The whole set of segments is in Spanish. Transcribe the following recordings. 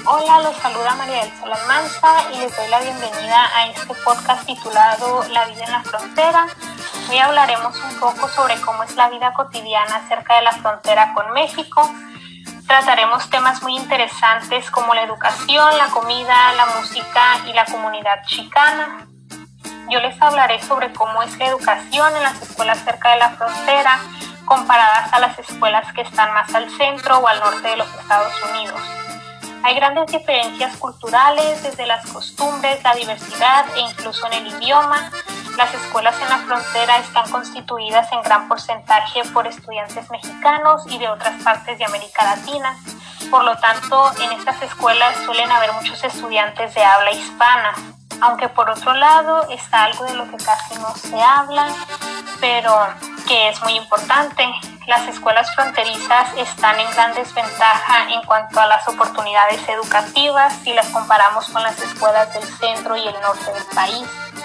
Hola, los saluda María del Sol Almanza y les doy la bienvenida a este podcast titulado La vida en la frontera. Hoy hablaremos un poco sobre cómo es la vida cotidiana cerca de la frontera con México. Trataremos temas muy interesantes como la educación, la comida, la música y la comunidad chicana. Yo les hablaré sobre cómo es la educación en las escuelas cerca de la frontera comparadas a las escuelas que están más al centro o al norte de los Estados Unidos. Hay grandes diferencias culturales, desde las costumbres, la diversidad e incluso en el idioma. Las escuelas en la frontera están constituidas en gran porcentaje por estudiantes mexicanos y de otras partes de América Latina. Por lo tanto, en estas escuelas suelen haber muchos estudiantes de habla hispana. Aunque por otro lado está algo de lo que casi no se habla, pero que es muy importante. Las escuelas fronterizas están en gran desventaja en cuanto a las oportunidades educativas si las comparamos con las escuelas del centro y el norte del país.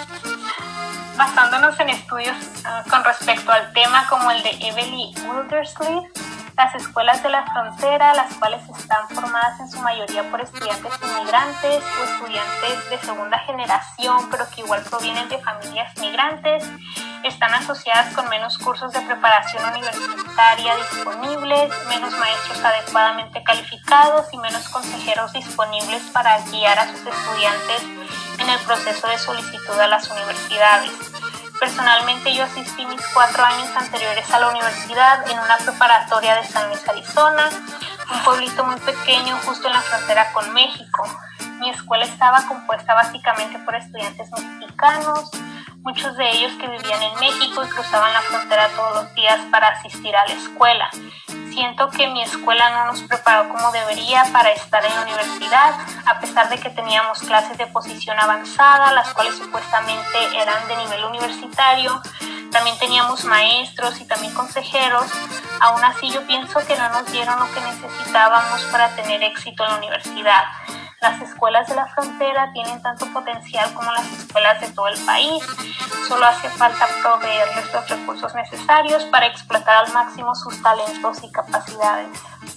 Basándonos en estudios con respecto al tema como el de Evelyn Wildersley, las escuelas de la frontera, las cuales están formadas en su mayoría por estudiantes inmigrantes o estudiantes de segunda generación, pero que igual provienen de familias migrantes, están asociadas con menos cursos de preparación universitaria disponibles, menos maestros adecuadamente calificados y menos consejeros disponibles para guiar a sus estudiantes en el proceso de solicitud a las universidades. Personalmente yo asistí mis 4 años anteriores a la universidad en una preparatoria de San Luis, Arizona, un pueblito muy pequeño justo en la frontera con México. Mi escuela estaba compuesta básicamente por estudiantes mexicanos, muchos de ellos que vivían en México y cruzaban la frontera todos los días para asistir a la escuela. Siento que mi escuela no nos preparó como debería para estar en la universidad, a pesar de que teníamos clases de posición avanzada, las cuales supuestamente eran de nivel universitario. También teníamos maestros y también consejeros. Aún así yo pienso que no nos dieron lo que necesitábamos para tener éxito en la universidad. Las escuelas de la frontera tienen tanto potencial como las escuelas de todo el país. Solo hace falta proveerles los recursos necesarios para explotar al máximo sus talentos y capacidades.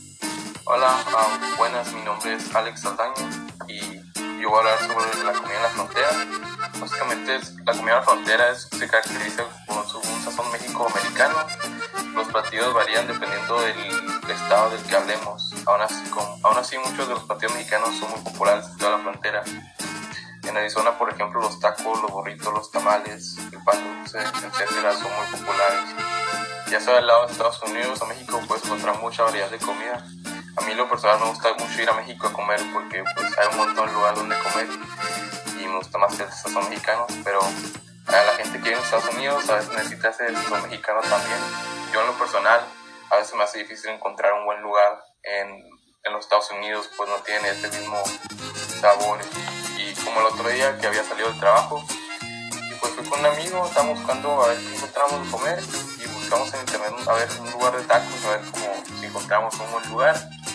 Hola, buenas, mi nombre es Alex Saldaña y yo voy a hablar sobre la comida en la frontera. Básicamente la comida en la frontera se caracteriza por un sazón mexico-americano. Los platillos varían dependiendo del estado del que hablemos. Aún así muchos de los platillos mexicanos son muy populares en toda la frontera. En Arizona, por ejemplo, los tacos, los burritos, los tamales, el pan dulce, etcétera, son muy populares. Ya sea del lado de Estados Unidos o México, puedes encontrar mucha variedad de comida. A mí lo personal me gusta mucho ir a México a comer porque pues, hay un montón de lugares donde comer y me gusta más el sazón mexicano, pero a la gente que vive en Estados Unidos a veces necesita ese sazón mexicano también. Yo en lo personal a veces me hace difícil encontrar un buen lugar en los Estados Unidos, pues no tiene este mismo sabor. Y como el otro día que había salido del trabajo y pues fui con un amigo, estábamos buscando a ver qué encontramos de comer y buscamos en internet a ver un lugar de tacos, a ver si encontramos un buen lugar,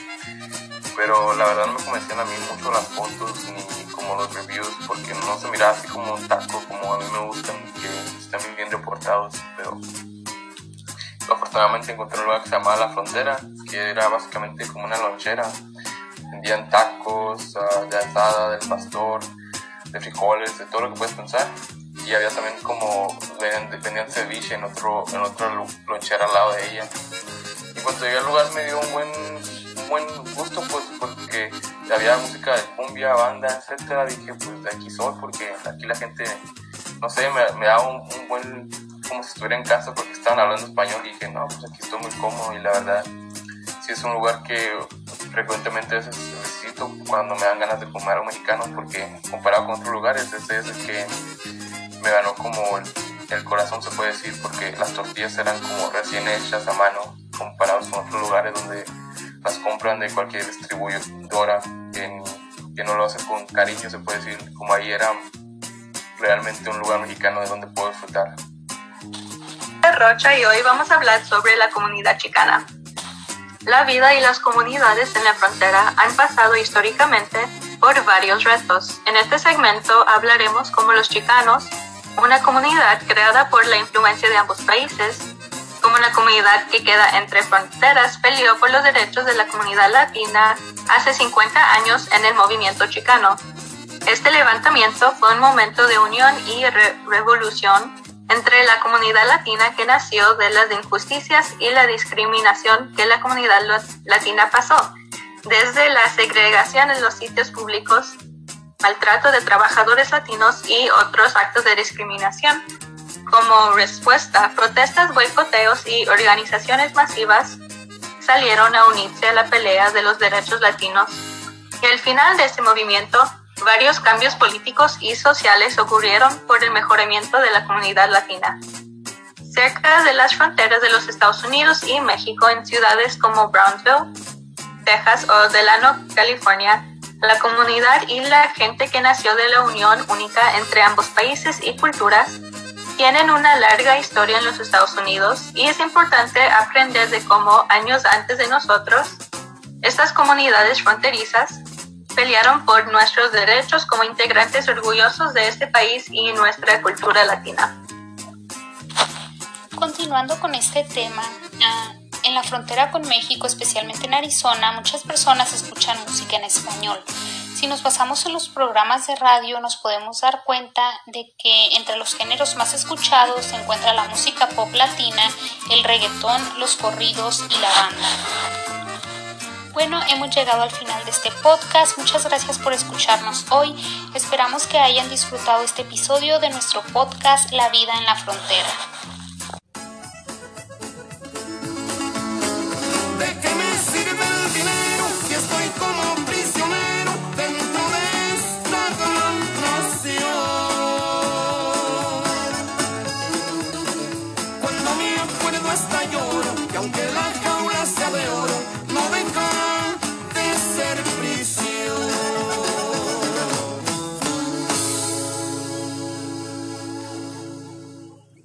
pero la verdad no me convencían a mí mucho las fotos ni como los reviews, porque no se miraba así como un taco como a mí me gustan, que estén bien reportados. Pero afortunadamente encontré un lugar que se llamaba La Frontera, que era básicamente como una lonchera. Vendían tacos, de asada, del pastor, de frijoles, de todo lo que puedes pensar. Y había también como vendían ceviche en otra lonchera al lado de ella. Y cuando llegué al lugar me dio un buen gusto, pues porque había música de cumbia, banda, etcétera. Dije, pues de aquí soy, porque aquí la gente, no sé, me daba un buen, como si estuviera en casa, porque estaban hablando español. Y dije, no, pues aquí estoy muy cómodo. Y la verdad, sí es un lugar que frecuentemente visito cuando me dan ganas de comer algo mexicano, porque comparado con otros lugares, este es el que me ganó como el corazón, se puede decir, porque las tortillas eran como recién hechas a mano, comparados con otros lugares donde las compran de cualquier distribuidora que no lo hace con cariño, se puede decir. Como ahí era realmente un lugar mexicano de donde puedo disfrutar. Rocha y hoy vamos a hablar sobre la comunidad chicana. La vida y las comunidades en la frontera han pasado históricamente por varios retos. En este segmento hablaremos cómo los chicanos, una comunidad creada por la influencia de ambos países, como una comunidad que queda entre fronteras, peleó por los derechos de la comunidad latina hace 50 años en el movimiento chicano. Este levantamiento fue un momento de unión y revolución entre la comunidad latina que nació de las injusticias y la discriminación que la comunidad latina pasó, desde la segregación en los sitios públicos, maltrato de trabajadores latinos y otros actos de discriminación. Como respuesta, protestas, boicoteos y organizaciones masivas salieron a unirse a la pelea de los derechos latinos. Y al final de este movimiento, varios cambios políticos y sociales ocurrieron por el mejoramiento de la comunidad latina. Cerca de las fronteras de los Estados Unidos y México, en ciudades como Brownsville, Texas o Delano, California, la comunidad y la gente que nació de la unión única entre ambos países y culturas tienen una larga historia en los Estados Unidos y es importante aprender de cómo años antes de nosotros, estas comunidades fronterizas pelearon por nuestros derechos como integrantes orgullosos de este país y nuestra cultura latina. Continuando con este tema, en la frontera con México, especialmente en Arizona, muchas personas escuchan música en español. Si nos basamos en los programas de radio, nos podemos dar cuenta de que entre los géneros más escuchados se encuentra la música pop latina, el reggaetón, los corridos y la banda. Bueno, hemos llegado al final de este podcast. Muchas gracias por escucharnos hoy. Esperamos que hayan disfrutado este episodio de nuestro podcast La Vida en la Frontera. ¿De qué me sirve el dinero si estoy como prisionero dentro de esta gran nación? Cuando me acuerdo hasta lloro, que aunque la jaula sea de oro, no deja